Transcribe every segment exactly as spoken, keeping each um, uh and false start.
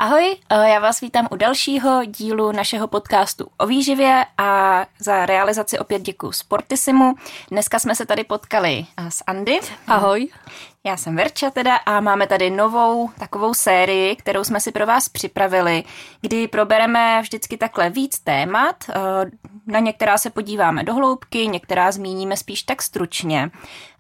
Ahoj, já vás vítám u dalšího dílu našeho podcastu o výživě a za realizaci opět děkuju Sportissimu. Dneska jsme se tady potkali s Andy. Ahoj. Já jsem Verča teda a máme tady novou takovou sérii, kterou jsme si pro vás připravili, kdy probereme vždycky takhle víc témat. Na některá se podíváme do hloubky, některá zmíníme spíš tak stručně.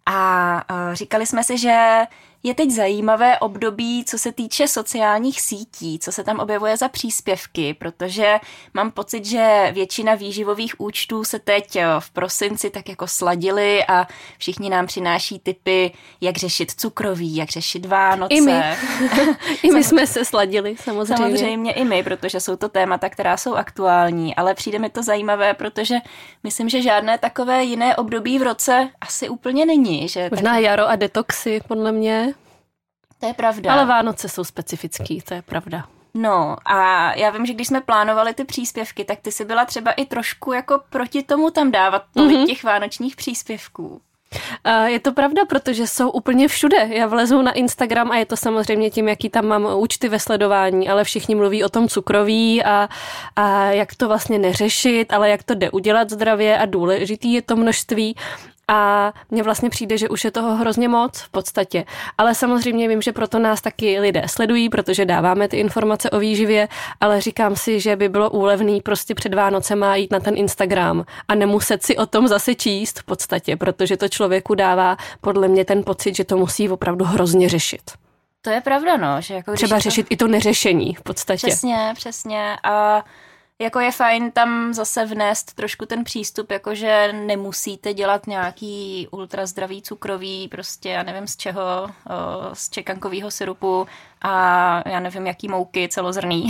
A říkali jsme si, že je teď zajímavé období, co se týče sociálních sítí, co se tam objevuje za příspěvky, protože mám pocit, že většina výživových účtů se teď v prosinci tak jako sladily a všichni nám přináší tipy, jak řešit cukroví, jak řešit Vánoce. I my. I my jsme se sladili, samozřejmě. Samozřejmě i my, protože jsou to témata, která jsou aktuální, ale přijde mi to zajímavé, protože myslím, že žádné takové jiné období v roce asi úplně není. Že Možná tak... jaro a detoxy, podle mě. To je pravda. Ale Vánoce jsou specifický, to je pravda. No a já vím, že když jsme plánovali ty příspěvky, tak ty jsi byla třeba i trošku jako proti tomu tam dávat tolik mm-hmm. těch vánočních příspěvků. Je to pravda, protože jsou úplně všude. Já vlezu na Instagram a je to samozřejmě tím, jaký tam mám účty ve sledování, ale všichni mluví o tom cukroví a, a jak to vlastně neřešit, ale jak to jde udělat zdravě a důležitý je to množství. A mně vlastně přijde, že už je toho hrozně moc v podstatě. Ale samozřejmě vím, že proto nás taky lidé sledují, protože dáváme ty informace o výživě, ale říkám si, že by bylo úlevný prostě před Vánocema jít na ten Instagram a nemuset si o tom zase číst v podstatě, protože to člověku dává podle mě ten pocit, že to musí opravdu hrozně řešit. To je pravda, no. Že jako třeba řešit to... i to neřešení v podstatě. Přesně, přesně. A jako je fajn tam zase vnést trošku ten přístup, jakože nemusíte dělat nějaký ultra zdravý cukrový, prostě já nevím z čeho, z čekankového syrupu a já nevím jaký mouky celozrný.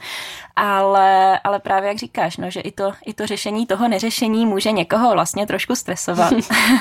ale, ale právě jak říkáš, no, že i to, i to řešení toho neřešení může někoho vlastně trošku stresovat.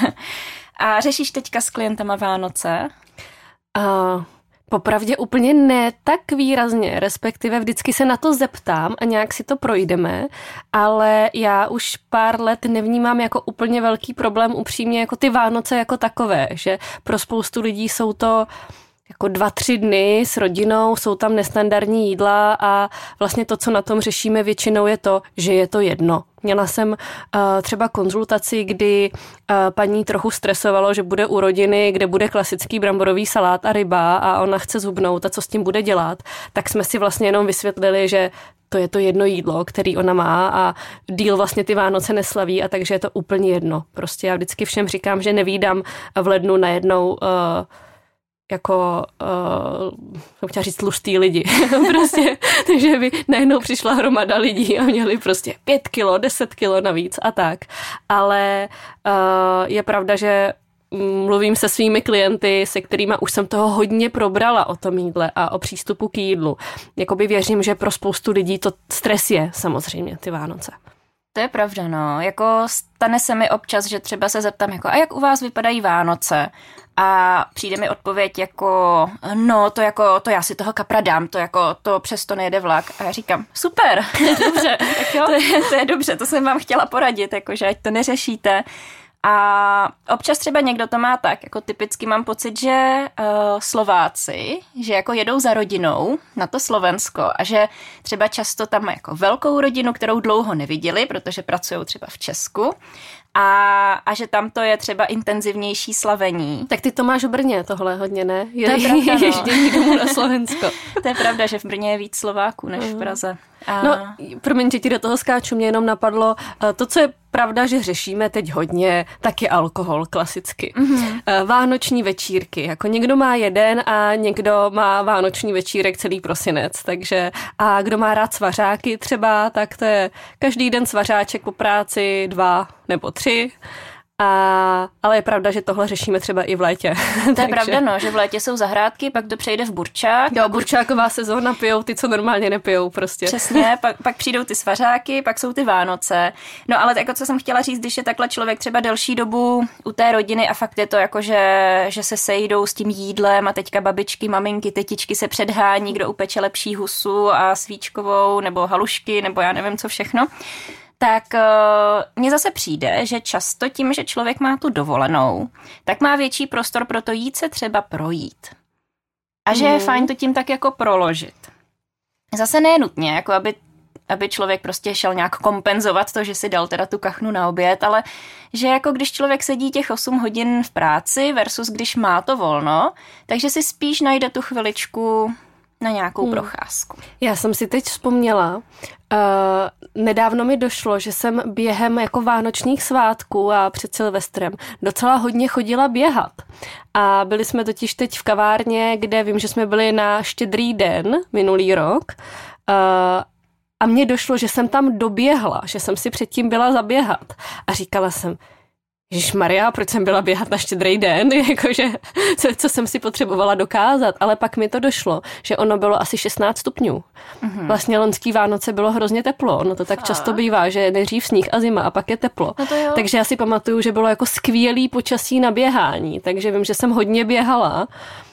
A řešíš teďka s klientama Vánoce? Uh... Popravdě úplně ne tak výrazně, respektive vždycky se na to zeptám a nějak si to projdeme, ale já už pár let nevnímám jako úplně velký problém upřímně jako ty Vánoce jako takové, že pro spoustu lidí jsou to jako dva, tři dny s rodinou, jsou tam nestandardní jídla a vlastně to, co na tom řešíme většinou je to, že je to jedno. Měla jsem uh, třeba konzultaci, kdy uh, paní trochu stresovalo, že bude u rodiny, kde bude klasický bramborový salát a ryba a ona chce zhubnout a co s tím bude dělat, tak jsme si vlastně jenom vysvětlili, že to je to jedno jídlo, který ona má a díl vlastně ty Vánoce neslaví a takže je to úplně jedno. Prostě já vždycky všem říkám, že nevídám v lednu najednou uh, jako, uh, chtěla říct tlustý lidi, prostě, takže by najednou přišla hromada lidí a měli prostě pět kilo, deset kilo navíc a tak, ale uh, je pravda, že mluvím se svými klienty, se kterými už jsem toho hodně probrala o tom jídle a o přístupu k jídlu. Jakoby věřím, že pro spoustu lidí to stres je samozřejmě ty Vánoce. To je pravda, no. Jako stane se mi občas, že třeba se zeptám, jako, a jak u vás vypadají Vánoce? A přijde mi odpověď jako, no, to jako, to já si toho kapra dám, to jako, to přesto nejede vlak. A já říkám, super, dobře, tak jo. to, je, to je dobře, to jsem vám chtěla poradit, jako, že ať to neřešíte. A občas třeba někdo to má tak, jako typicky mám pocit, že uh, Slováci, že jako jedou za rodinou na to Slovensko a že třeba často tam má jako velkou rodinu, kterou dlouho neviděli, protože pracují třeba v Česku a, a že tam to je třeba intenzivnější slavení. Tak ty to máš v Brně tohle hodně, ne? Je, to je pravda, no. Ježdění domů na Slovensko. To je pravda, že v Brně je víc Slováků než v Praze. A... No, promiň, že ti do toho skáču, mě jenom napadlo, to, co je pravda, že řešíme teď hodně, tak je alkohol klasicky. Mm-hmm. Vánoční večírky, jako někdo má jeden a někdo má vánoční večírek celý prosinec, takže a kdo má rád svařáky třeba, tak to je každý den svařáček po práci, dva nebo tři. A, ale je pravda, že tohle řešíme třeba i v létě. To je Takže... pravda, no, že v létě jsou zahrádky, pak to přejde v burčák. Jo, burčáková sezóna, pijou ty, co normálně nepijou prostě. Přesně, pak, pak přijdou ty svařáky, pak jsou ty Vánoce. No ale jako co jsem chtěla říct, když je takhle člověk třeba delší dobu u té rodiny a fakt je to jako, že, že se sejdou s tím jídlem a teďka babičky, maminky, tetičky se předhání, kdo upeče lepší husu a svíčkovou nebo halušky nebo já nevím co všechno. Tak mně zase přijde, že často tím, že člověk má tu dovolenou, tak má větší prostor pro to jít se třeba projít. A že je fajn to tím tak jako proložit. zase ne nutně, jako aby aby člověk prostě šel nějak kompenzovat to, že si dal teda tu kachnu na oběd, ale že jako když člověk sedí těch osm hodin v práci versus když má to volno, takže si spíš najde tu chviličku na nějakou hmm. procházku. Já jsem si teď vzpomněla, uh, nedávno mi došlo, že jsem během jako vánočních svátků a před Silvestrem docela hodně chodila běhat. A byli jsme totiž teď v kavárně, kde vím, že jsme byli na Štědrý den minulý rok, uh, a mně došlo, že jsem tam doběhla, že jsem si předtím byla zaběhat. A říkala jsem, ježišmarja, proč jsem byla běhat na Štědrý den? Jakože, co, co jsem si potřebovala dokázat. Ale pak mi to došlo, že ono bylo asi šestnáct stupňů. Mm-hmm. Vlastně loňský Vánoce bylo hrozně teplo. Ono to tak a? často bývá, že nejdřív sníh a zima a pak je teplo. No takže já si pamatuju, že bylo jako skvělý počasí na běhání. Takže vím, že jsem hodně běhala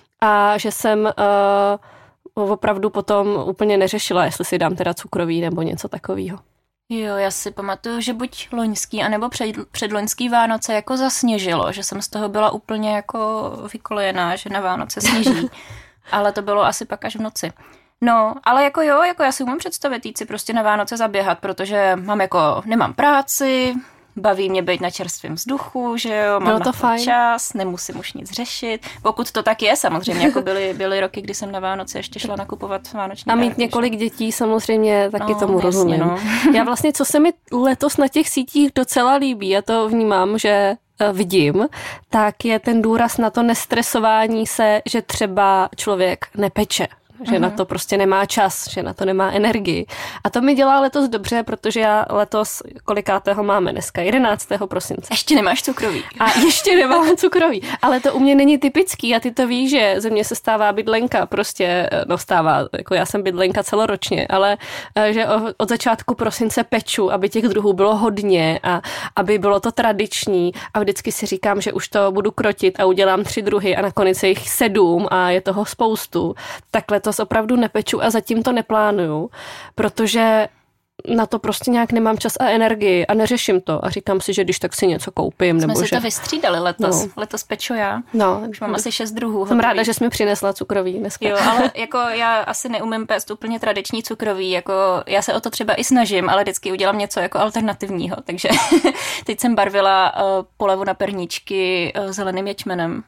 a že jsem... Uh, opravdu potom úplně neřešila, jestli si dám teda cukroví nebo něco takového. Jo, já si pamatuju, že buď loňský, anebo před, předloňský Vánoce jako zasněžilo, že jsem z toho byla úplně jako vykolejená, že na Vánoce sněží. Ale to bylo asi pak až v noci. No, ale jako jo, jako já si umím představit jít si prostě na Vánoce zaběhat, protože mám jako, nemám práci, baví mě být na čerstvém vzduchu, že jo, mám to na to čas, nemusím už nic řešit. Pokud to tak je, samozřejmě, jako byly, byly roky, kdy jsem na Vánoce ještě šla nakupovat vánoční a mít dárky, několik že? dětí, samozřejmě taky no, tomu jasně, rozumím. No. Já vlastně, co se mi letos na těch sítích docela líbí, já to vnímám, že vidím, tak je ten důraz na to nestresování se, že třeba člověk nepeče. Že mm-hmm. na to prostě nemá čas, že na to nemá energii. A to mi dělá letos dobře, protože já letos, kolikátého máme dneska, jedenáctého prosince. Ještě nemáš cukroví. A ještě nemám cukroví. Ale to u mě není typický a ty to víš, že ze mě se stává bydlenka, prostě, no stává, jako já jsem bydlenka celoročně, ale že od začátku prosince peču, aby těch druhů bylo hodně a aby bylo to tradiční a vždycky si říkám, že už to budu krotit a udělám tři druhy a nakonec je jich sedm a je toho spoustu. Takhle to opravdu nepeču a zatím to neplánuju, protože na to prostě nějak nemám čas a energii a neřeším to a říkám si, že když tak si něco koupím. Jsme nebo si že... to vystřídali letos. No. Letos peču já. No. Už mám asi šest druhů. Jsem hotový. Ráda, že jsi mi přinesla cukroví dneska. Jo, ale jako já asi neumím péct úplně tradiční cukroví, jako já se o to třeba i snažím, ale vždycky udělám něco jako alternativního, takže teď jsem barvila uh, polevu na perníčky uh, zeleným ječmenem.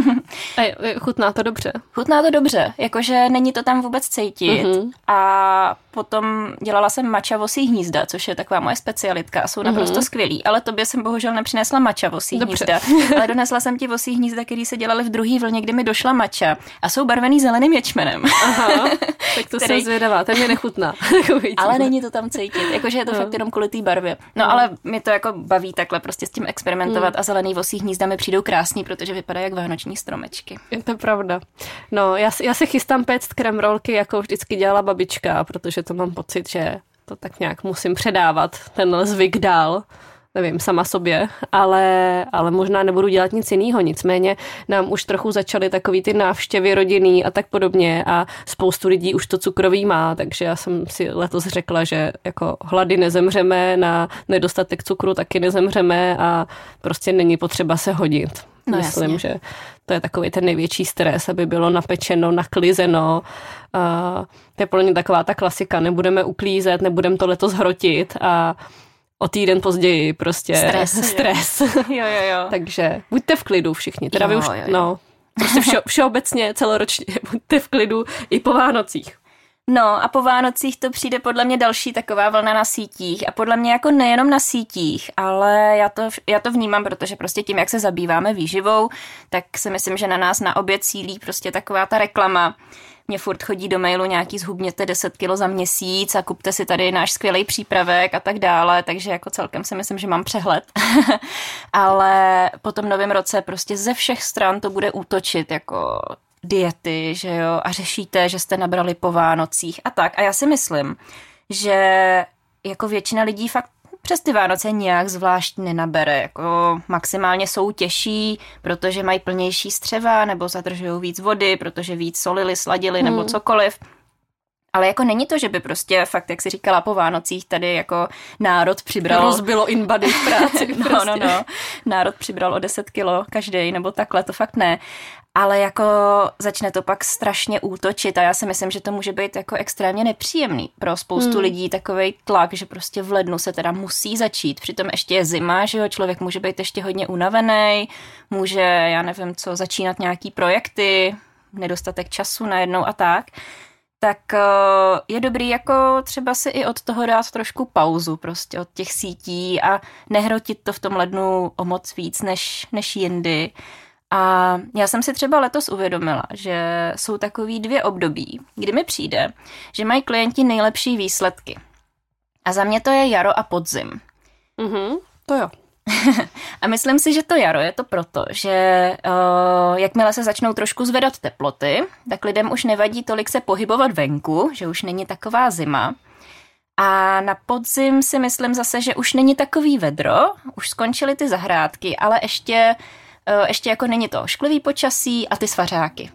A chutná to dobře. Chutná to dobře, jakože není to tam vůbec cítit. Mm-hmm. A potom dělala jsem mačavosí hnízda, což je taková moje specialitka a jsou naprosto mm-hmm. skvělý. Ale tobě jsem bohužel nepřinesla mačavosí hnízda. Ale donesla jsem ti vosí hnízda, který se dělali v druhé vlně, kdy mi došla mača. A jsou barvený zeleným ječmenem. Aha, tak to který... jsem zvědavá, ten mě nechutná. Ale není to tam cítit, jakože je to no. fakt jenom kvůli té barvě. No, no ale mě to jako baví takhle prostě s tím experimentovat mm. a zelený vosí hnízda mi přijdou krásný, protože vypadají jak vánoční stromečky. Je to pravda. No, já, já se chystám péct kremrolky, jako vždycky dělala babička, protože to mám pocit, že to tak nějak musím předávat, ten zvyk dál. Nevím, sama sobě, ale, ale možná nebudu dělat nic jiného. Nicméně nám už trochu začaly takový ty návštěvy rodinný a tak podobně a spoustu lidí už to cukroví má, takže já jsem si letos řekla, že jako hlady nezemřeme, na nedostatek cukru taky nezemřeme a prostě není potřeba se hodit. No, myslím, jasně. Že to je takový ten největší stres, aby bylo napečeno, naklizeno. Uh, to je podle mě taková ta klasika, nebudeme uklízet, nebudeme to letos hrotit a o týden později prostě stres. stres. Jo, jo, jo. Takže buďte v klidu všichni. Teda jo, vy už, jo, jo. no, prostě vše, všeobecně celoročně buďte v klidu i po Vánocích. No a po Vánocích to přijde podle mě další taková vlna na sítích a podle mě jako nejenom na sítích, ale já to, já to vnímám, protože prostě tím, jak se zabýváme výživou, tak si myslím, že na nás na obě cílí prostě taková ta reklama. Mně furt chodí do mailu nějaký zhubněte deset kilo za měsíc a kupte si tady náš skvělý přípravek a tak dále, takže jako celkem si myslím, že mám přehled. Ale po tom novém roce prostě ze všech stran to bude útočit jako diety, že jo, a řešíte, že jste nabrali po Vánocích a tak. A já si myslím, že jako většina lidí fakt přes ty Vánoce nějak zvlášť nenabere, jako maximálně jsou těžší, protože mají plnější střeva nebo zadržují víc vody, protože víc solili, sladili hmm. nebo cokoliv. Ale jako není to, že by prostě fakt, jak jsi říkala, po Vánocích tady jako národ přibral... Rozbilo in-body v práci. no, prostě. no, no. Národ přibral o deset kilo každej, nebo takhle, to fakt ne. Ale jako začne to pak strašně útočit a já si myslím, že to může být jako extrémně nepříjemný pro spoustu hmm. lidí, takovej tlak, že prostě v lednu se teda musí začít. Přitom ještě je zima, že jo, člověk může být ještě hodně unavený, může, já nevím co, začínat nějaký projekty, nedostatek času najednou a tak. Tak je dobrý jako třeba si i od toho dát trošku pauzu prostě od těch sítí a nehrotit to v tom lednu o moc víc než, než jindy. A já jsem si třeba letos uvědomila, že jsou takový dvě období, kdy mi přijde, že mají klienti nejlepší výsledky. A za mě to je jaro a podzim. Mhm, to jo. A myslím si, že to jaro je to proto, že uh, jakmile se začnou trošku zvedat teploty, tak lidem už nevadí tolik se pohybovat venku, že už není taková zima. A na podzim si myslím zase, že už není takový vedro, už skončily ty zahrádky, ale ještě, uh, ještě jako není to ošklivý počasí a ty svařáky.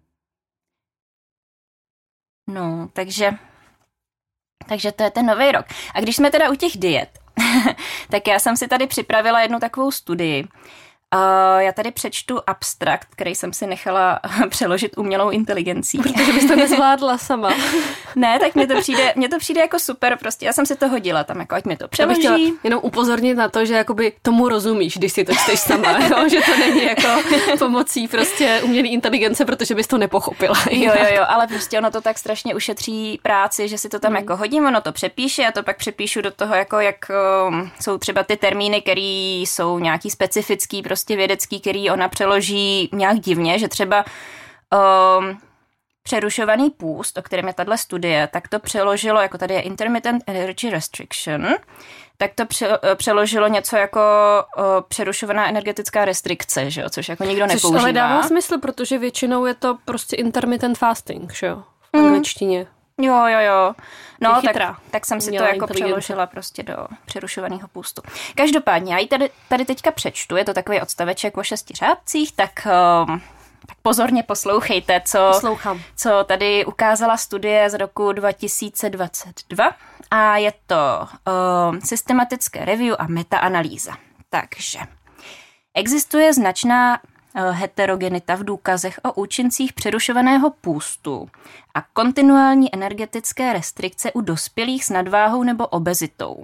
No, takže, takže to je ten nový rok. A když jsme teda u těch diet, tak já jsem si tady připravila jednu takovou studii. Uh, já tady přečtu abstrakt, který jsem si nechala přeložit umělou inteligencí. Protože bys to nezvládla sama. Ne, tak mně to přijde, mně to přijde jako super, prostě já jsem si to hodila tam, jako ať mi to přeloží. Já bych chtěla jenom upozornit na to, že jakoby tomu rozumíš, když si to čteš sama, jo? Že to není jako pomocí prostě umělé inteligence, protože bys to nepochopila. Jo, jo, jo, ale prostě ono to tak strašně ušetří práci, že si to tam mm. jako hodím, ono to přepíše, já to pak přepíšu do toho, jako jak um, jsou třeba ty termíny, které jsou nějaký specifický, prostě prostě vědecký, který ona přeloží nějak divně, že třeba um, přerušovaný půst, o kterém je tato studie, tak to přeložilo, jako tady je intermittent energy restriction, tak to pře, přeložilo něco jako uh, přerušovaná energetická restrikce, že jo? Což jako nikdo nepoužívá. Což ale dává smysl, protože většinou je to prostě intermittent fasting, že jo? V angličtině. Mm. Jo, jo, jo. No, tak, tak jsem si to jako přeložila prostě do přerušovaného půstu. Každopádně, já ji tady, tady teďka přečtu, je to takový odstaveček o šesti řádcích, tak, um, tak pozorně poslouchejte, co, co tady ukázala studie z roku dva tisíce dvacet dva a je to um, systematické review a metaanalýza. Takže existuje značná heterogenita v důkazech o účincích přerušovaného půstu a kontinuální energetické restrikce u dospělých s nadváhou nebo obezitou.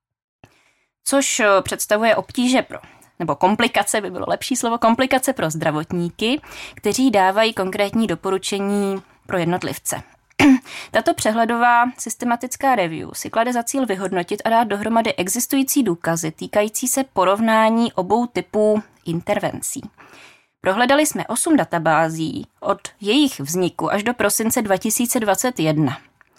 Což představuje obtíže pro, nebo komplikace, by bylo lepší slovo, komplikace pro zdravotníky, kteří dávají konkrétní doporučení pro jednotlivce. Tato přehledová systematická review si klade za cíl vyhodnotit a dát dohromady existující důkazy týkající se porovnání obou typů intervencí. Prohledali jsme osm databází od jejich vzniku až do prosince dva tisíce dvacet jedna.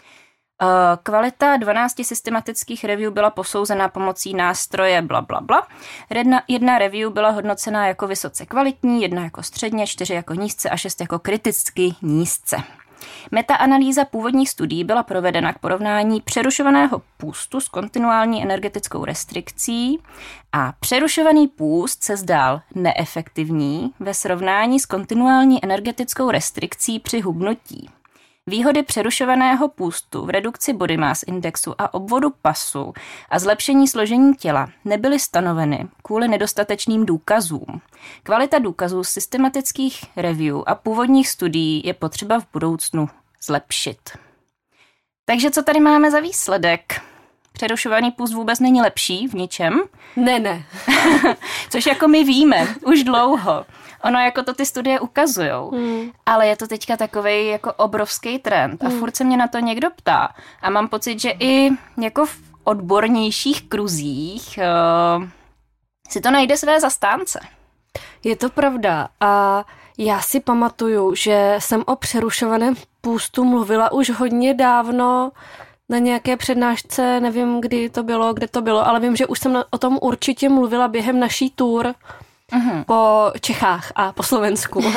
Kvalita dvanácti systematických review byla posouzena pomocí nástroje bla, bla, bla. Jedna, jedna review byla hodnocena jako vysoce kvalitní, jedna jako středně, čtyři jako nízce a šest jako kriticky nízce. Metaanalýza původních studií byla provedena k porovnání přerušovaného půstu s kontinuální energetickou restrikcí a přerušovaný půst se zdál neefektivní ve srovnání s kontinuální energetickou restrikcí při hubnutí. Výhody přerušovaného půstu v redukci body mass indexu a obvodu pasu a zlepšení složení těla nebyly stanoveny kvůli nedostatečným důkazům. Kvalita důkazů systematických review a původních studií je potřeba v budoucnu zlepšit. Takže co tady máme za výsledek? Přerušovaný půst vůbec není lepší v ničem? Ne, ne. Což jako my víme už dlouho. Ono jako to ty studie ukazujou, hmm. ale je to teďka takovej jako obrovský trend a hmm. furt se mě na to někdo ptá. A mám pocit, že i jako v odbornějších kruzích uh, si to najde své zastánce. Je to pravda a já si pamatuju, že jsem o přerušovaném půstu mluvila už hodně dávno na nějaké přednášce, nevím, kdy to bylo, kde to bylo, ale vím, že už jsem o tom určitě mluvila během naší tour uh-huh. po Čechách a po Slovensku. A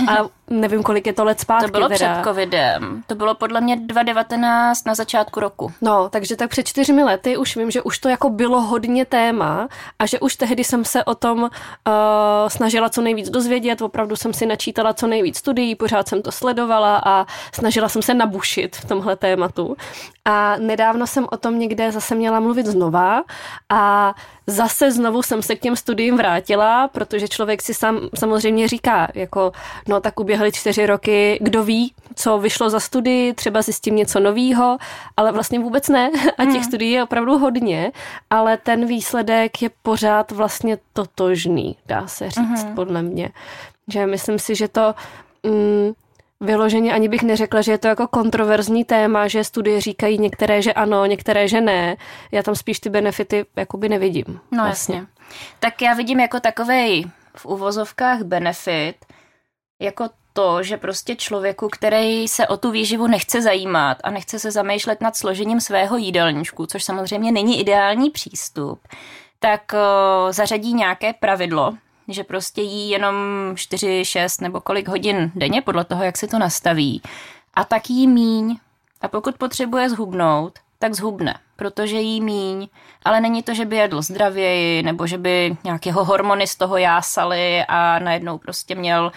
nevím, kolik je to let zpátky. To bylo teda. před covidem. To bylo podle mě dva tisíce devatenáct na začátku roku. No, takže tak před čtyřmi lety už vím, že už to jako bylo hodně téma a že už tehdy jsem se o tom uh, snažila co nejvíc dozvědět, opravdu jsem si načítala co nejvíc studií, pořád jsem to sledovala a snažila jsem se nabušit v tomhle tématu. A nedávno jsem o tom někde zase měla mluvit znova a zase znovu jsem se k těm studiím vrátila, protože člověk si sám samozřejmě říká, jako no tak uběhly čtyři roky, kdo ví, co vyšlo za studii, třeba zjistím něco novýho, ale vlastně vůbec ne a těch hmm. studií je opravdu hodně, ale ten výsledek je pořád vlastně totožný, dá se říct, hmm. podle mě. Že myslím si, že to... Mm, vyloženě ani bych neřekla, že je to jako kontroverzní téma, že studie říkají některé, že ano, některé, že ne. Já tam spíš ty benefity jakoby nevidím. No vlastně. Jasně. Tak já vidím jako takovej v uvozovkách benefit, jako to, že prostě člověku, který se o tu výživu nechce zajímat a nechce se zamýšlet nad složením svého jídelníčku, což samozřejmě není ideální přístup, tak uh, zařadí nějaké pravidlo, že prostě jí jenom čtyři, šest nebo kolik hodin denně, podle toho, jak si to nastaví. A tak jí míň. A pokud potřebuje zhubnout, tak zhubne, protože jí míň. Ale není to, že by jedl zdravěji, nebo že by nějakého hormony z toho jásaly a najednou prostě měl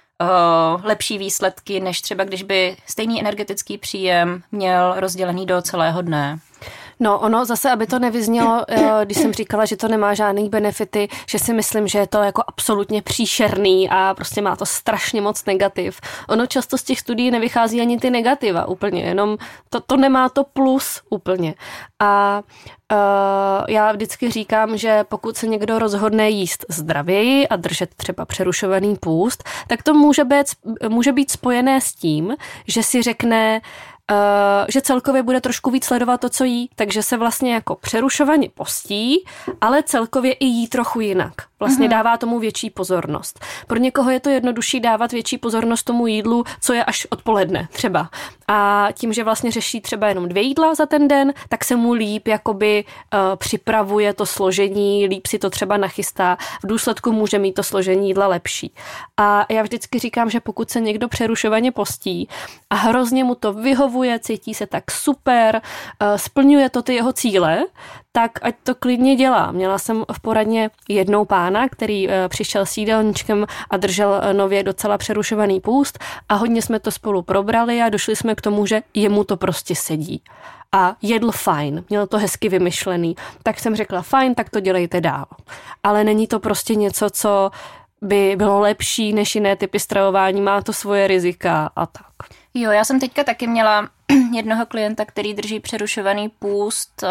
uh, lepší výsledky, než třeba když by stejný energetický příjem měl rozdělený do celého dne. No ono zase, aby to nevyznělo, když jsem říkala, že to nemá žádný benefity, že si myslím, že je to jako absolutně příšerný a prostě má to strašně moc negativ. Ono často z těch studií nevychází ani ty negativa úplně, jenom to, to nemá to plus úplně. A Uh, já vždycky říkám, že pokud se někdo rozhodne jíst zdravěji a držet třeba přerušovaný půst, tak to může být, může být spojené s tím, že si řekne, uh, že celkově bude trošku víc sledovat to, co jí, takže se vlastně jako přerušovaně postí, ale celkově i jí trochu jinak. Vlastně mm-hmm. dává tomu větší pozornost. Pro někoho je to jednodušší dávat větší pozornost tomu jídlu, co je až odpoledne třeba. A tím, že vlastně řeší třeba jenom dvě jídla za ten den, tak se mu líp jakoby uh, připravuje to složení, líp si to třeba nachystá. V důsledku může mít to složení jídla lepší. A já vždycky říkám, že pokud se někdo přerušovaně postí a hrozně mu to vyhovuje, cítí se tak super, uh, splňuje to ty jeho cíle, tak ať to klidně dělá. Měla jsem v poradně jednou pána, který uh, přišel s jídelníčkem a držel uh, nově docela přerušovaný půst a hodně jsme to spolu probrali a došli jsme k tomu, že jemu to prostě sedí. A jedl fajn, měl to hezky vymyšlený. Tak jsem řekla, fajn, tak to dělejte dál. Ale není to prostě něco, co by bylo lepší než jiné typy stravování, má to svoje rizika a tak. Jo, já jsem teďka taky měla jednoho klienta, který drží přerušovaný půst.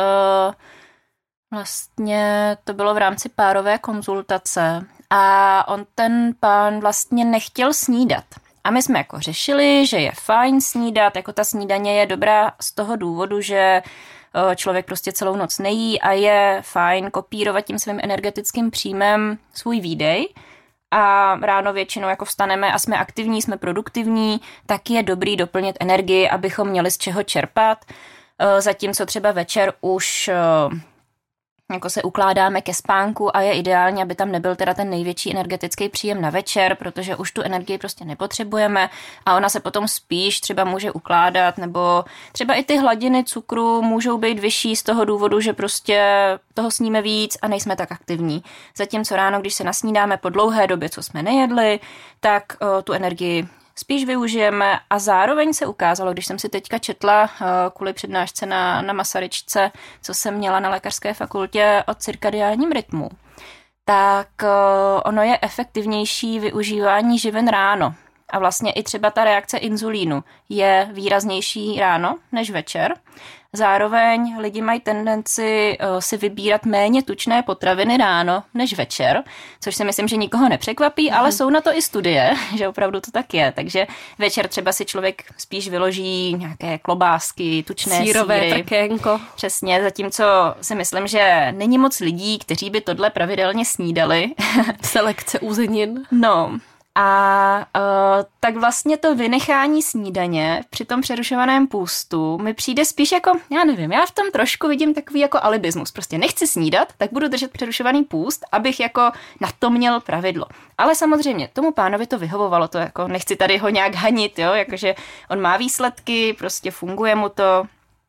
Vlastně to bylo v rámci párové konzultace a on ten pán vlastně nechtěl snídat. A my jsme jako řešili, že je fajn snídat, jako ta snídaně je dobrá z toho důvodu, že člověk prostě celou noc nejí a je fajn kopírovat tím svým energetickým příjmem svůj výdej. A ráno většinou jako vstaneme a jsme aktivní, jsme produktivní, tak je dobrý doplnit energii, abychom měli z čeho čerpat. Zatímco třeba večer už jako se ukládáme ke spánku a je ideální, aby tam nebyl teda ten největší energetický příjem na večer, protože už tu energii prostě nepotřebujeme a ona se potom spíš třeba může ukládat, nebo třeba i ty hladiny cukru můžou být vyšší z toho důvodu, že prostě toho sníme víc a nejsme tak aktivní. Zatímco ráno, když se nasnídáme po dlouhé době, co jsme nejedli, tak o, tu energii spíš využijeme a zároveň se ukázalo, když jsem si teďka četla kvůli přednášce na, na Masaryčce, co jsem měla na lékařské fakultě o cirkadiálním rytmu, tak ono je efektivnější využívání živin ráno. A vlastně i třeba ta reakce inzulínu je výraznější ráno než večer. Zároveň lidi mají tendenci uh, si vybírat méně tučné potraviny ráno než večer, což si myslím, že nikoho nepřekvapí, ale jsou na to i studie, že opravdu to tak je. Takže večer třeba si člověk spíš vyloží nějaké klobásky, tučné sírové sýry. prkénko. Přesně, zatímco si myslím, že není moc lidí, kteří by tohle pravidelně snídali. Selekce uzenin. No, A uh, tak vlastně to vynechání snídaně při tom přerušovaném půstu mi přijde spíš jako, já nevím, já v tom trošku vidím takový jako alibismus. Prostě nechci snídat, tak budu držet přerušovaný půst, abych jako na to měl pravidlo. Ale samozřejmě tomu pánovi to vyhovovalo, to jako nechci tady ho nějak hanit, jo, jakože on má výsledky, prostě funguje mu to.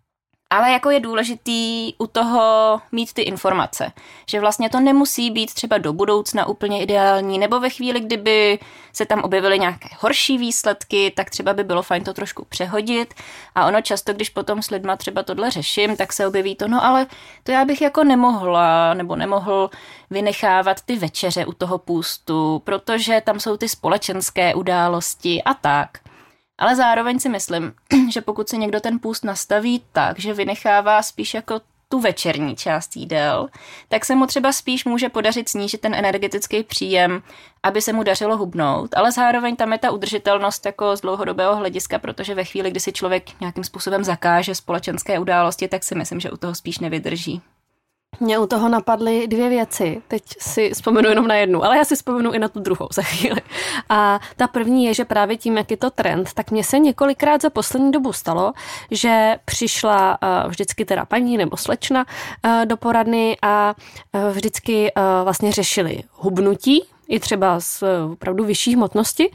Ale jako je důležitý u toho mít ty informace, že vlastně to nemusí být třeba do budoucna úplně ideální, nebo ve chvíli, kdyby se tam objevily nějaké horší výsledky, tak třeba by bylo fajn to trošku přehodit. A ono často, když potom s lidma třeba tohle řeším, tak se objeví to, no ale to já bych jako nemohla, nebo nemohl vynechávat ty večeře u toho půstu, protože tam jsou ty společenské události a tak. Ale zároveň si myslím, že pokud si někdo ten půst nastaví tak, že vynechává spíš jako tu večerní část jídel, tak se mu třeba spíš může podařit snížit ten energetický příjem, aby se mu dařilo hubnout, ale zároveň tam je ta udržitelnost jako z dlouhodobého hlediska, protože ve chvíli, kdy si člověk nějakým způsobem zakáže společenské události, tak si myslím, že u toho spíš nevydrží. Mě u toho napadly dvě věci. Teď si vzpomenu jenom na jednu, ale já si vzpomenu i na tu druhou za chvíli. A ta první je, že právě tím, jak je to trend, tak mně se několikrát za poslední dobu stalo, že přišla vždycky teda paní nebo slečna do poradny a vždycky vlastně řešili hubnutí, i třeba z opravdu vyšší hmotnosti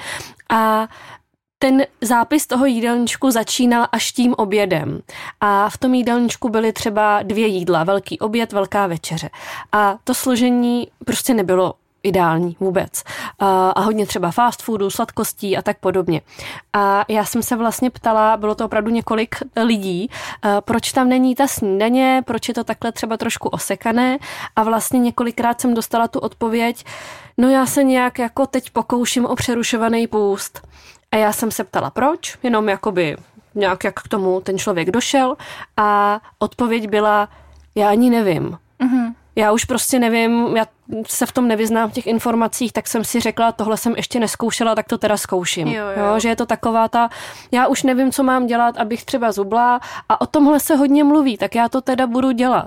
a ten zápis toho jídelníčku začínal až tím obědem. A v tom jídelníčku byly třeba dvě jídla, velký oběd, velká večeře. A to složení prostě nebylo ideální vůbec. A, a hodně třeba fast foodu, sladkostí a tak podobně. A já jsem se vlastně ptala, bylo to opravdu několik lidí, proč tam není ta snídaně, proč je to takhle třeba trošku osekané a vlastně několikrát jsem dostala tu odpověď, no já se nějak jako teď pokouším o přerušovaný půst. A já jsem se ptala, proč, jenom jakoby nějak jak k tomu ten člověk došel a odpověď byla, já ani nevím. Mm-hmm. Já už prostě nevím, já se v tom nevyznám v těch informacích, tak jsem si řekla, tohle jsem ještě neskoušela, tak to teda zkouším. Jo, jo. Jo, že je to taková ta, já už nevím, co mám dělat, abych třeba zubla a o tomhle se hodně mluví, tak já to teda budu dělat.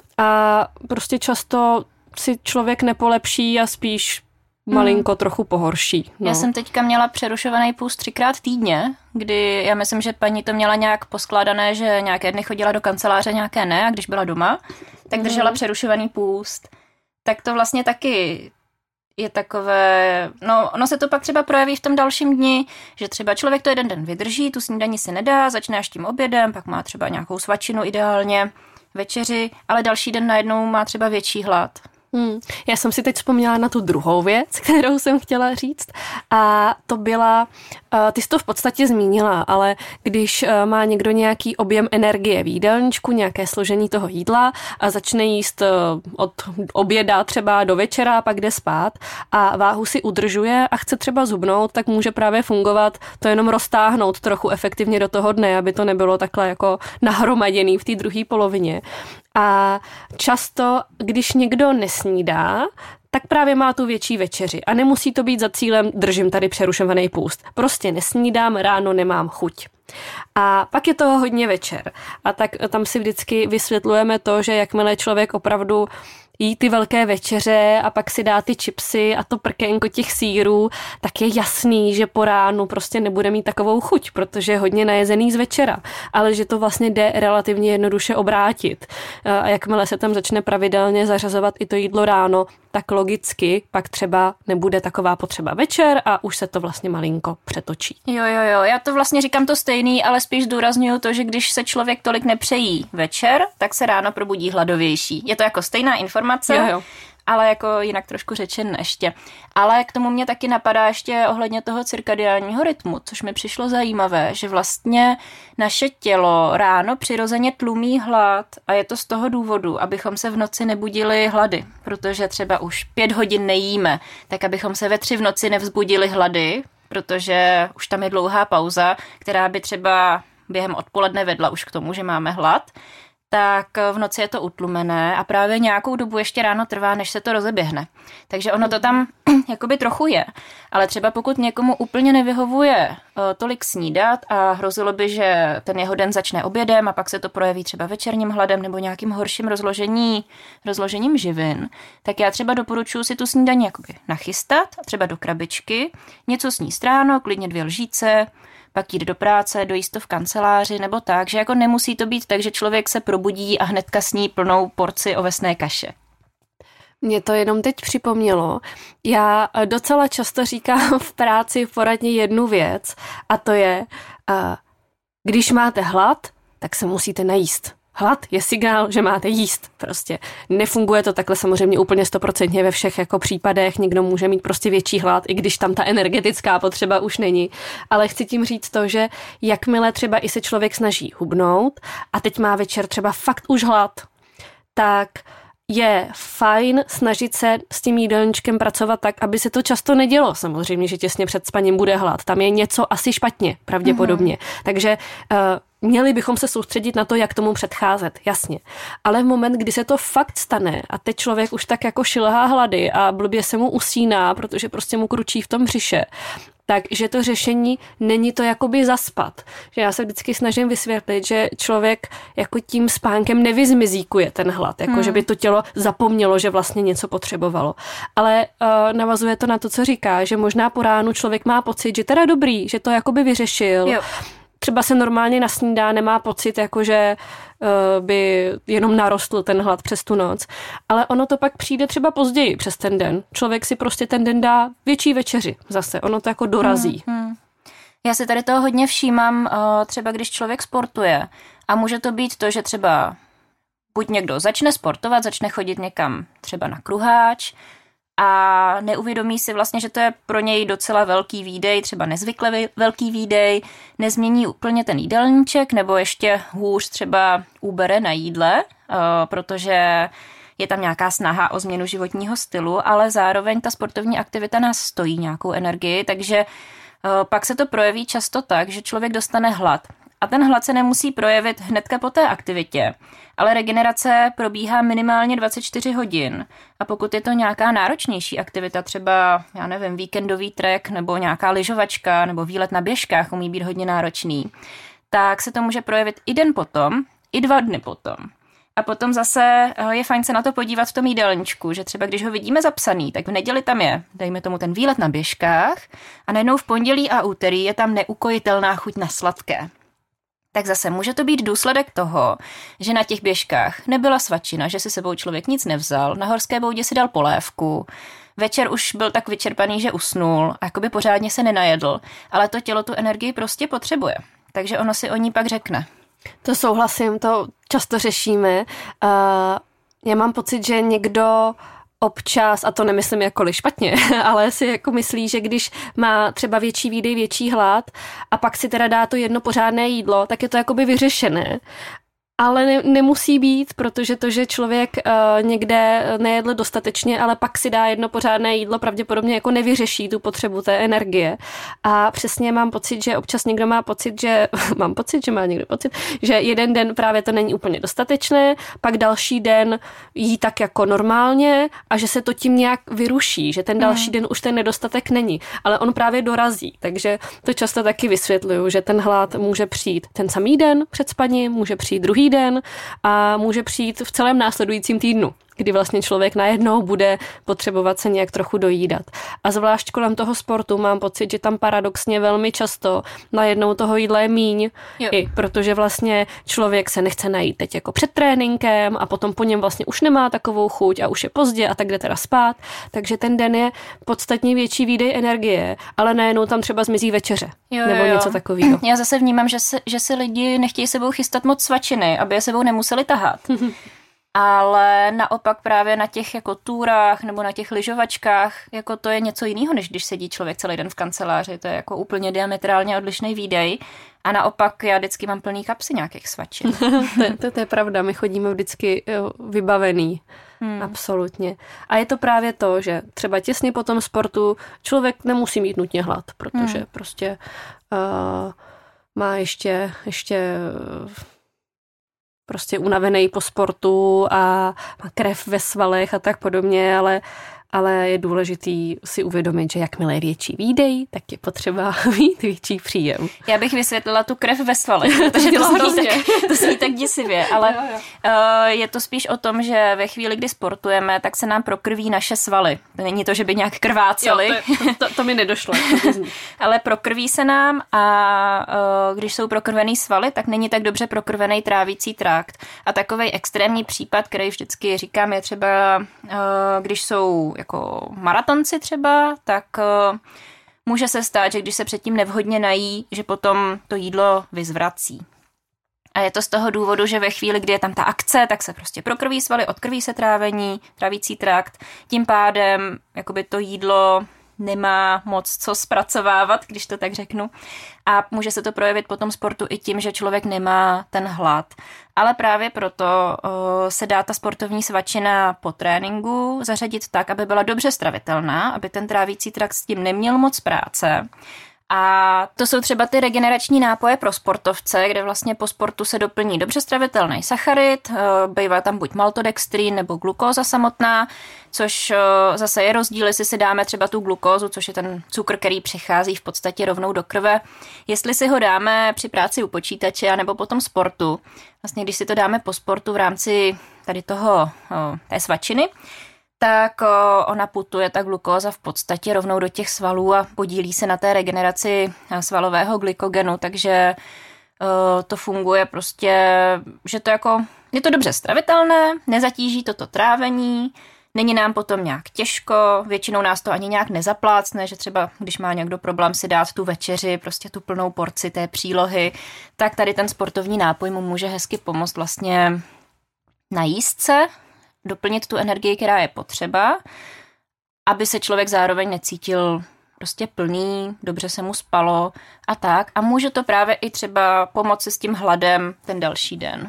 A prostě často si člověk nepolepší a spíš malinko hmm. trochu pohorší. No. Já jsem teďka měla přerušovaný půst třikrát týdně, kdy já myslím, že paní to měla nějak poskládané, že nějaké dny chodila do kanceláře, nějaké ne, a když byla doma, tak hmm. držela přerušovaný půst. Tak to vlastně taky je takové, no ono se to pak třeba projeví v tom dalším dni, že třeba člověk to jeden den vydrží, tu snídani si nedá, začne až tím obědem, pak má třeba nějakou svačinu ideálně, večeři, ale další den najednou má třeba větší hlad. Hmm. Já jsem si teď vzpomněla na tu druhou věc, kterou jsem chtěla říct a to byla, ty jsi to v podstatě zmínila, ale když má někdo nějaký objem energie v jídelníčku, nějaké složení toho jídla a začne jíst od oběda třeba do večera, pak jde spát a váhu si udržuje a chce třeba zhubnout, tak může právě fungovat to jenom roztáhnout trochu efektivně do toho dne, aby to nebylo takhle jako nahromaděný v té druhé polovině. A často, když někdo nesnídá, tak právě má tu větší večeři. A nemusí to být za cílem, držím tady přerušovaný půst. Prostě nesnídám, ráno nemám chuť. A pak je toho hodně večer. A tak tam si vždycky vysvětlujeme to, že jakmile člověk opravdu jí ty velké večeře a pak si dá ty chipsy a to prkénko těch sýrů, tak je jasný, že po ránu prostě nebude mít takovou chuť, protože je hodně najezený z večera, ale že to vlastně jde relativně jednoduše obrátit. A jakmile se tam začne pravidelně zařazovat i to jídlo ráno, tak logicky pak třeba nebude taková potřeba večer a už se to vlastně malinko přetočí. Jo, jo, jo, já to vlastně říkám to stejný, ale spíš zdůrazňuju to, že když se člověk tolik nepřejí večer, tak se ráno probudí hladovější. Je to jako stejná informace, jo, jo. ale jako jinak trošku řečen ještě. Ale k tomu mě taky napadá ještě ohledně toho cirkadiálního rytmu, což mi přišlo zajímavé, že vlastně naše tělo ráno přirozeně tlumí hlad a je to z toho důvodu, abychom se v noci nebudili hlady, protože třeba už pět hodin nejíme, tak abychom se ve tři v noci nevzbudili hlady, protože už tam je dlouhá pauza, která by třeba během odpoledne vedla už k tomu, že máme hlad, tak v noci je to utlumené a právě nějakou dobu ještě ráno trvá, než se to rozeběhne. Takže ono to tam jakoby trochu je. Ale třeba pokud někomu úplně nevyhovuje tolik snídat a hrozilo by, že ten jeho den začne obědem a pak se to projeví třeba večerním hladem nebo nějakým horším rozložení, rozložením živin, tak já třeba doporučuji si tu snídaní jakoby nachystat, třeba do krabičky, něco sníst ráno, klidně dvě lžíce, pak jít do práce, dojíst to v kanceláři nebo tak, že jako nemusí to být tak, že člověk se probudí a hnedka sní plnou porci ovesné kaše. Mě to jenom teď připomnělo. Já docela často říkám v práci v poradně jednu věc a to je, když máte hlad, tak se musíte najíst. Hlad je signál, že máte jíst. Prostě nefunguje to takhle samozřejmě úplně stoprocentně ve všech jako případech. Někdo může mít prostě větší hlad, i když tam ta energetická potřeba už není. Ale chci tím říct to, že jakmile třeba i se člověk snaží hubnout a teď má večer třeba fakt už hlad, tak je fajn snažit se s tím jídelníčkem pracovat tak, aby se to často nedělo. Samozřejmě, že těsně před spaním bude hlad. Tam je něco asi špatně, pravděpodobně. Mm-hmm. Takže uh, měli bychom se soustředit na to, jak tomu předcházet, jasně. Ale v moment, kdy se to fakt stane a teď člověk už tak jako šilhá hlady a blbě se mu usíná, protože prostě mu kručí v tom břiše, takže to řešení není to jakoby zaspat. Že já se vždycky snažím vysvětlit, že člověk jako tím spánkem nevyzmizíkuje ten hlad, jako hmm. že by to tělo zapomnělo, že vlastně něco potřebovalo. Ale uh, navazuje to na to, co říká, že možná po ránu člověk má pocit, že teda dobrý, že to jakoby vyřešil. Jo. Třeba se normálně nasnídá, nemá pocit, jakože uh, by jenom narostl ten hlad přes tu noc. Ale ono to pak přijde třeba později přes ten den. Člověk si prostě ten den dá větší večeři zase. Ono to jako dorazí. Hmm, hmm. Já si tady toho hodně všímám, uh, třeba když člověk sportuje. A může to být to, že třeba buď někdo začne sportovat, začne chodit někam třeba na kruháč, a neuvědomí si vlastně, že to je pro něj docela velký výdej, třeba nezvykle velký výdej, nezmění úplně ten jídelníček, nebo ještě hůř třeba ubere na jídle, protože je tam nějaká snaha o změnu životního stylu, ale zároveň ta sportovní aktivita nás stojí nějakou energii, takže pak se to projeví často tak, že člověk dostane hlad. A ten hlad se nemusí projevit hnedka po té aktivitě, ale regenerace probíhá minimálně dvacet čtyři hodin. A pokud je to nějaká náročnější aktivita, třeba, já nevím, víkendový trek nebo nějaká lyžovačka nebo výlet na běžkách umí být hodně náročný, tak se to může projevit i den potom, i dva dny potom. A potom zase je fajn se na to podívat v tom jídelníčku, že třeba když ho vidíme zapsaný, tak v neděli tam je, dejme tomu ten výlet na běžkách a najednou v pondělí a úterý je tam neukojitelná chuť na sladké. Tak zase může to být důsledek toho, že na těch běžkách nebyla svačina, že si sebou člověk nic nevzal, na horské boudě si dal polévku, večer už byl tak vyčerpaný, že usnul a jakoby pořádně se nenajedl, ale to tělo tu energii prostě potřebuje, takže ono si o ní pak řekne. To souhlasím, to často řešíme. Uh, já mám pocit, že někdo občas, a to nemyslím jakkoliv špatně, ale si jako myslí, že když má třeba větší výdej, větší hlad a pak si teda dá to jedno pořádné jídlo, tak je to jakoby vyřešené. Ale ne, nemusí být, protože to, že člověk uh, někde nejedl dostatečně, ale pak si dá jedno pořádné jídlo, pravděpodobně jako nevyřeší tu potřebu té energie. A přesně mám pocit, že občas někdo má pocit, že mám pocit, že má někdo pocit, že jeden den právě to není úplně dostatečné, pak další den jí tak jako normálně a že se to tím nějak vyruší, že ten další mm. den už ten nedostatek není, ale on právě dorazí. Takže to často taky vysvětluju, že ten hlad může přijít ten samý den před spaním, může přijít druhý den a může přijít v celém následujícím týdnu, kdy vlastně člověk najednou bude potřebovat se nějak trochu dojídat. A zvlášť kolem toho sportu mám pocit, že tam paradoxně velmi často najednou toho jídla je míň, i protože vlastně člověk se nechce najít teď jako před tréninkem a potom po něm vlastně už nemá takovou chuť a už je pozdě a tak jde teda spát. Takže ten den je podstatně větší výdej energie, ale najednou tam třeba zmizí večeře jo, nebo jo. něco takového. Já zase vnímám, že, se, že si lidi nechtějí sebou chystat moc svačiny, aby je sebou nemuseli tahat. Ale naopak právě na těch jako túrách nebo na těch lyžovačkách, jako to je něco jiného, než když sedí člověk celý den v kanceláři. To je jako úplně diametrálně odlišný výdej. A naopak já vždycky mám plný kapsy nějakých svačin. to, to, to je pravda, my chodíme vždycky jo, vybavený. Hmm. Absolutně. A je to právě to, že třeba těsně po tom sportu člověk nemusí mít nutně hlad, protože hmm. prostě uh, má ještě, ještě prostě unavený po sportu a má krev ve svalech a tak podobně, ale ale je důležitý si uvědomit, že jakmile je větší výdej, tak je potřeba mít větší příjem. Já bych vysvětlila tu krev ve svalech, protože to zní, tak, to zní tak děsivě, ale jo, jo. Uh, je to spíš o tom, že ve chvíli, kdy sportujeme, tak se nám prokrví naše svaly. To není to, že by nějak krvácely. Jo, to, to, to mi nedošlo. Ale prokrví se nám a uh, když jsou prokrvený svaly, tak není tak dobře prokrvený trávící trakt. A takovej extrémní případ, který vždycky říkám, je třeba, uh, když jsou jako maratonci třeba, tak uh, může se stát, že když se předtím nevhodně nají, že potom to jídlo vyzvrací. A je to z toho důvodu, že ve chvíli, kdy je tam ta akce, tak se prostě prokrví svaly, odkrví se trávení, trávící trakt. Tím pádem jakoby to jídlo nemá moc co zpracovávat, když to tak řeknu. A může se to projevit po tom sportu i tím, že člověk nemá ten hlad. Ale právě proto uh, se dá ta sportovní svačina po tréninku zařadit tak, aby byla dobře stravitelná, aby ten trávící trakt s tím neměl moc práce. A to jsou třeba ty regenerační nápoje pro sportovce, kde vlastně po sportu se doplní dobře stravitelný sacharid, bývá tam buď maltodextrin nebo glukóza samotná, což zase je rozdíl, jestli si dáme třeba tu glukózu, což je ten cukr, který přichází v podstatě rovnou do krve, jestli si ho dáme při práci u počítače anebo po tom sportu. Vlastně když si to dáme po sportu v rámci tady toho, té svačiny, tak ona putuje ta glukóza v podstatě rovnou do těch svalů a podílí se na té regeneraci svalového glykogenu, takže to funguje prostě, že to jako, je to dobře stravitelné, nezatíží toto trávení, není nám potom nějak těžko, většinou nás to ani nějak nezaplácne, že třeba když má někdo problém si dát tu večeři, prostě tu plnou porci té přílohy, tak tady ten sportovní nápoj mu může hezky pomoct vlastně najíst se, doplnit tu energii, která je potřeba, aby se člověk zároveň necítil prostě plný, dobře se mu spalo a tak. A může to právě i třeba pomoci s tím hladem ten další den.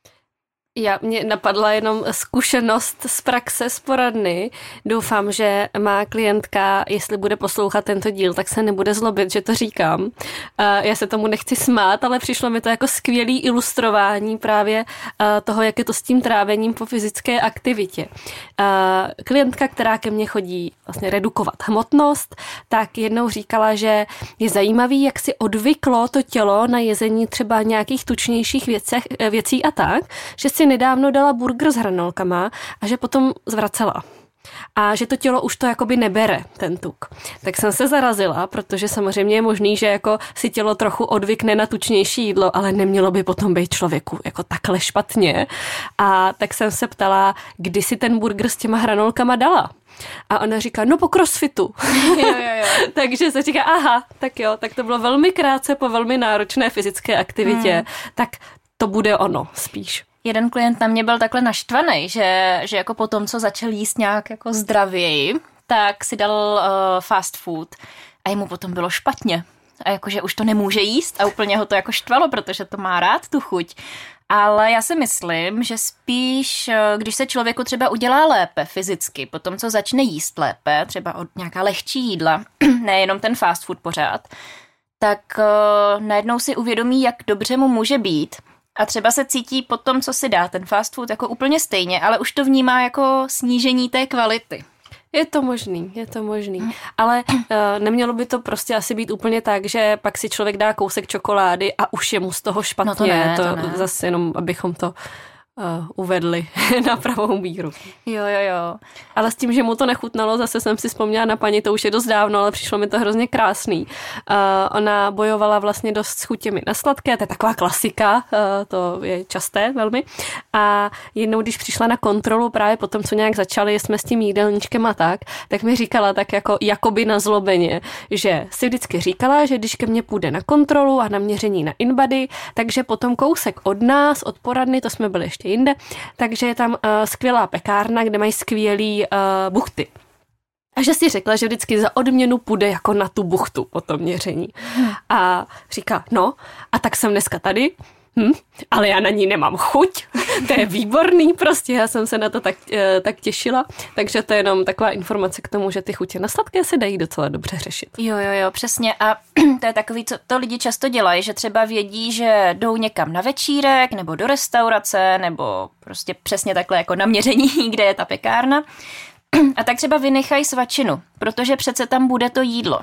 Já, mě napadla jenom zkušenost z praxe z poradny. Doufám, že má klientka, jestli bude poslouchat tento díl, tak se nebude zlobit, že to říkám. Já se tomu nechci smát, ale přišlo mi to jako skvělý ilustrování právě toho, jak je to s tím trávením po fyzické aktivitě. Klientka, která ke mně chodí vlastně redukovat hmotnost, tak jednou říkala, že je zajímavý, jak si odvyklo to tělo na jezení třeba nějakých tučnějších věcech, věcí a tak, že si nedávno dala burger s hranolkama a že potom zvracela. A že to tělo už to jakoby nebere, ten tuk. Tak jsem se zarazila, protože samozřejmě je možný, že jako si tělo trochu odvykne na tučnější jídlo, ale nemělo by potom být člověku jako takhle špatně. A tak jsem se ptala, kdy si ten burger s těma hranolkama dala. A ona říká, no po crossfitu. Jo, jo, jo. Takže se říká, aha, tak jo, tak to bylo velmi krátce po velmi náročné fyzické aktivitě. Hmm. Tak to bude ono spíš. Jeden klient na mě byl takhle naštvaný, že, že jako po tom, co začal jíst nějak jako zdravěji, tak si dal uh, fast food a jemu potom bylo špatně. A jakože už to nemůže jíst a úplně ho to jako štvalo, protože to má rád tu chuť. Ale já si myslím, že spíš, když se člověku třeba udělá lépe fyzicky, po tom, co začne jíst lépe, třeba od nějaká lehčí jídla, nejenom ten fast food pořád, tak uh, najednou si uvědomí, jak dobře mu může být. A třeba se cítí po tom, co si dá ten fast food, jako úplně stejně, ale už to vnímá jako snížení té kvality. Je to možný, je to možný. Ale uh, nemělo by to prostě asi být úplně tak, že pak si člověk dá kousek čokolády a už je mu z toho špatně. No to ne, to, to ne. Zase jenom, abychom to uh, uvedli na pravou míru. Jo, jo, jo. Ale s tím, že mu to nechutnalo, zase jsem si vzpomněla na paní, to už je dost dávno, ale přišlo mi to hrozně krásný. Uh, ona bojovala vlastně dost s chutěmi na sladké, to je taková klasika, uh, to je časté velmi. A jednou, když přišla na kontrolu právě po tom, co nějak začali, jsme s tím jídelníčkem a tak, tak mi říkala tak jako jakoby na zlobeně, že si vždycky říkala, že když ke mně půjde na kontrolu a na měření na InBody, takže potom kousek od nás, od poradny, to jsme byli ještě jinde, takže je tam uh, skvělá pekárna, kde mají skvělý uh, buchty. A že si řekla, že vždycky za odměnu půjde jako na tu buchtu po tom měření. Hmm. A říká, no, a tak jsem dneska tady, hm, ale já na ní nemám chuť, To je výborný prostě, já jsem se na to tak, tak těšila. Takže to je jenom taková informace k tomu, že ty chutě na sladké se dají docela dobře řešit. Jo, jo, jo, přesně. A to je takový, co to lidi často dělají, že třeba vědí, že jdou někam na večírek nebo do restaurace nebo prostě přesně takhle jako na měření, kde je ta pekárna. A tak třeba vynechají svačinu, protože přece tam bude to jídlo.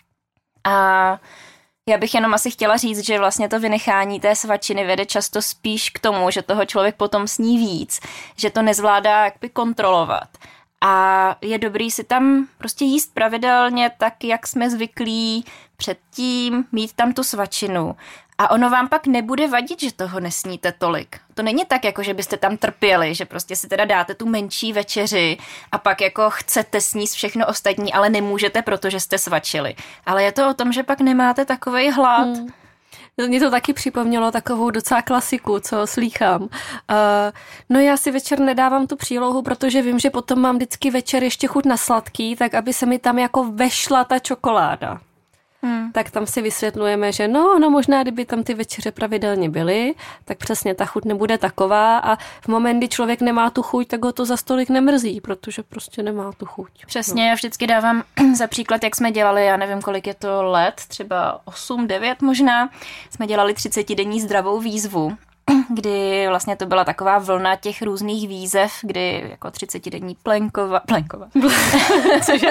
A já bych jenom asi chtěla říct, že vlastně to vynechání té svačiny vede často spíš k tomu, že toho člověk potom sní víc, že to nezvládá jakby kontrolovat. A je dobrý si tam prostě jíst pravidelně tak, jak jsme zvyklí předtím, mít tam tu svačinu. A ono vám pak nebude vadit, že toho nesníte tolik. To není tak, jako že byste tam trpěli, že prostě si teda dáte tu menší večeři a pak jako chcete sníst všechno ostatní, ale nemůžete, protože jste svačili. Ale je to o tom, že pak nemáte takovej hlad. Hmm. Mně to taky připomnělo takovou docela klasiku, co slýchám. Uh, no já si večer nedávám tu přílohu, protože vím, že potom mám vždycky večer ještě chuť na sladký, tak aby se mi tam jako vešla ta čokoláda. Hmm. Tak tam si vysvětlujeme, že no, no možná, kdyby tam ty večeře pravidelně byly, tak přesně ta chuť nebude taková a v moment, kdy člověk nemá tu chuť, tak ho to za stolik nemrzí, protože prostě nemá tu chuť. Přesně, no. Já vždycky dávám za příklad, jak jsme dělali, já nevím, kolik je to let, třeba osm devět možná, jsme dělali třicetidenní zdravou výzvu, kdy vlastně to byla taková vlna těch různých výzev, kdy jako třicetidenní plenkova, plenkova, cože?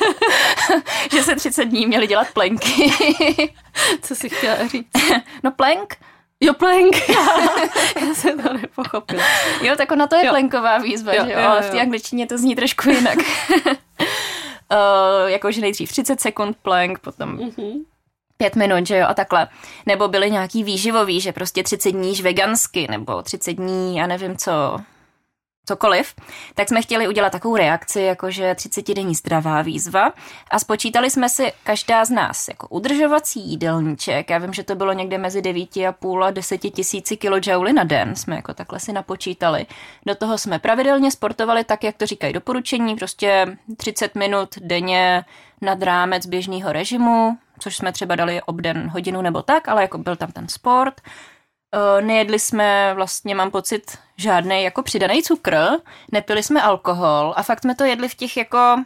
Že se třicet dní měli dělat plenky. Co jsi chtěla říct? No plenk. Jo, plenk. Já jsem to nepochopila. Jo, tak ona to je jo. Plenková výzva, jo, že jo, jo, ale v té angličtině to zní trošku jinak. uh, jakože nejdřív třicet sekund plank, potom... Mm-hmm. Pět minut, že jo, a takhle. Nebo byly nějaký výživový, že prostě třicet dní jíš vegansky, nebo třicet dní, já nevím co, cokoliv. Tak jsme chtěli udělat takovou reakci, jakože třicetidenní zdravá výzva a spočítali jsme si každá z nás jako udržovací jídelníček. Já vím, že to bylo někde mezi devíti a půl a deseti tisíci kilojouly na den, jsme jako takhle si napočítali. Do toho jsme pravidelně sportovali tak, jak to říkají doporučení, prostě třicet minut denně nad rámec běžného režimu, což jsme třeba dali obden hodinu nebo tak, ale jako byl tam ten sport. Nejedli jsme vlastně, mám pocit, žádnej jako přidaný cukr, nepili jsme alkohol a fakt jsme to jedli v těch jako...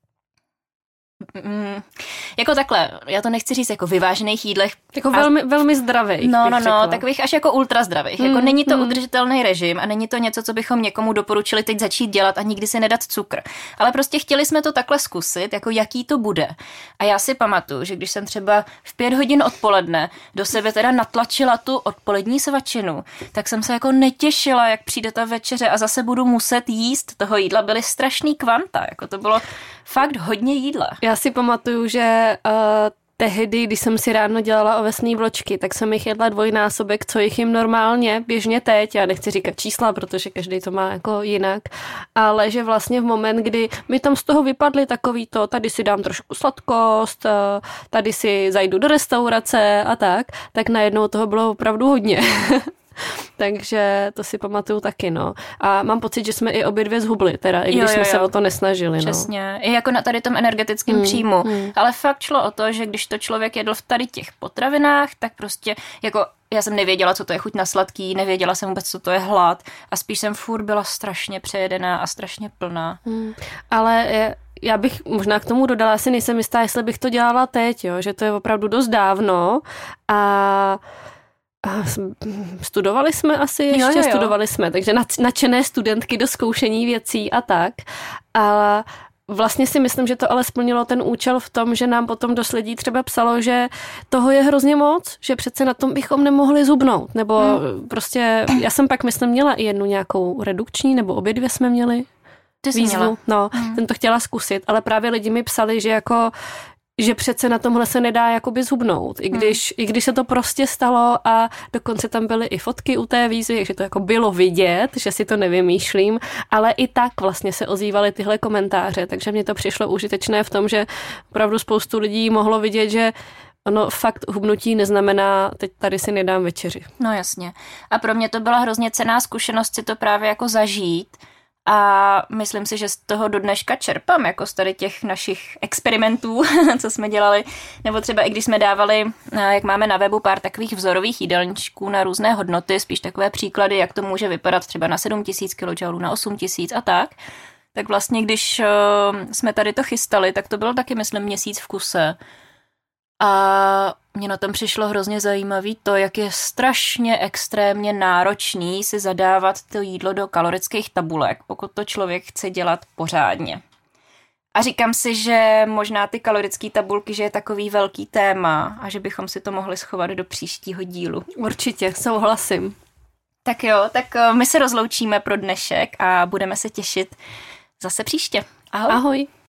Mm, jako takhle, já to nechci říct jako vyvážených jídlech. Jako a... velmi, velmi zdravých. No, no, no, takových až jako ultra zdravých. Mm, jako není to mm. udržitelný režim a není to něco, co bychom někomu doporučili teď začít dělat a nikdy si nedat cukr. Ale prostě chtěli jsme to takhle zkusit, jako jaký to bude. A já si pamatuju, že když jsem třeba v pět hodin odpoledne do sebe teda natlačila tu odpolední svačinu, tak jsem se jako netěšila, jak přijde ta večeře a zase budu muset jíst. Toho jídla byly strašný kvanta, jako to bylo fakt hodně jídla. Já si pamatuju, že uh, tehdy, když jsem si ráno dělala ovesné vločky, tak jsem jich jedla dvojnásobek, co jich jim normálně, běžně teď. Já nechci říkat čísla, protože každý to má jako jinak, ale že vlastně v moment, kdy mi tam z toho vypadly takový to, tady si dám trošku sladkost, uh, tady si zajdu do restaurace a tak, tak najednou toho bylo opravdu hodně. Takže to si pamatuju taky, no. A mám pocit, že jsme i obě dvě zhubli, teda, i když jo, jo, jo. jsme se o to nesnažili, Přesně. No. I jako na tady tom energetickém hmm, příjmu. Hmm. Ale fakt šlo o to, že když to člověk jedl v tady těch potravinách, tak prostě, jako já jsem nevěděla, co to je chuť na sladký, nevěděla jsem vůbec, co to je hlad a spíš jsem furt byla strašně přejedená a strašně plná. Hmm. Ale je... Já bych možná k tomu dodala, asi nejsem jistá, jestli bych to dělala teď, jo, že to je opravdu dost dávno a studovali jsme asi ještě, jo, jo, jo. studovali jsme, takže nadšené studentky do zkoušení věcí a tak. A vlastně si myslím, že to ale splnilo ten účel v tom, že nám potom dost lidí třeba psalo, že toho je hrozně moc, že přece na tom bychom nemohli zubnout. Nebo hmm. prostě, já jsem pak myslím měla i jednu nějakou redukční, nebo obě dvě jsme měli. Ty jsi výzvu. No, hmm. ten to chtěla zkusit, ale právě lidi mi psali, že jako že přece na tomhle se nedá jakoby zhubnout, i když, hmm. i když se to prostě stalo a dokonce tam byly i fotky u té výzvy, takže to jako bylo vidět, že si to nevymýšlím, ale i tak vlastně se ozývaly tyhle komentáře, takže mně to přišlo užitečné v tom, že opravdu spoustu lidí mohlo vidět, že ono fakt hubnutí neznamená, teď tady si nedám večeři. No jasně. A pro mě to byla hrozně cenná zkušenost si to právě jako zažít A myslím si, že z toho do dneška čerpám, jako z tady těch našich experimentů, co jsme dělali, nebo třeba i když jsme dávali, jak máme na webu, pár takových vzorových jídelníčků na různé hodnoty, spíš takové příklady, jak to může vypadat třeba na sedm tisíc kilojoulů, na osm tisíc a tak, tak vlastně, když jsme tady to chystali, tak to bylo taky, myslím, měsíc v kuse. A mně na tom přišlo hrozně zajímavý to, jak je strašně extrémně náročný si zadávat to jídlo do kalorických tabulek, pokud to člověk chce dělat pořádně. A říkám si, že možná ty kalorické tabulky, že je takový velký téma a že bychom si to mohli schovat do příštího dílu. Určitě, souhlasím. Tak jo, tak my se rozloučíme pro dnešek a budeme se těšit zase příště. Ahoj. Ahoj.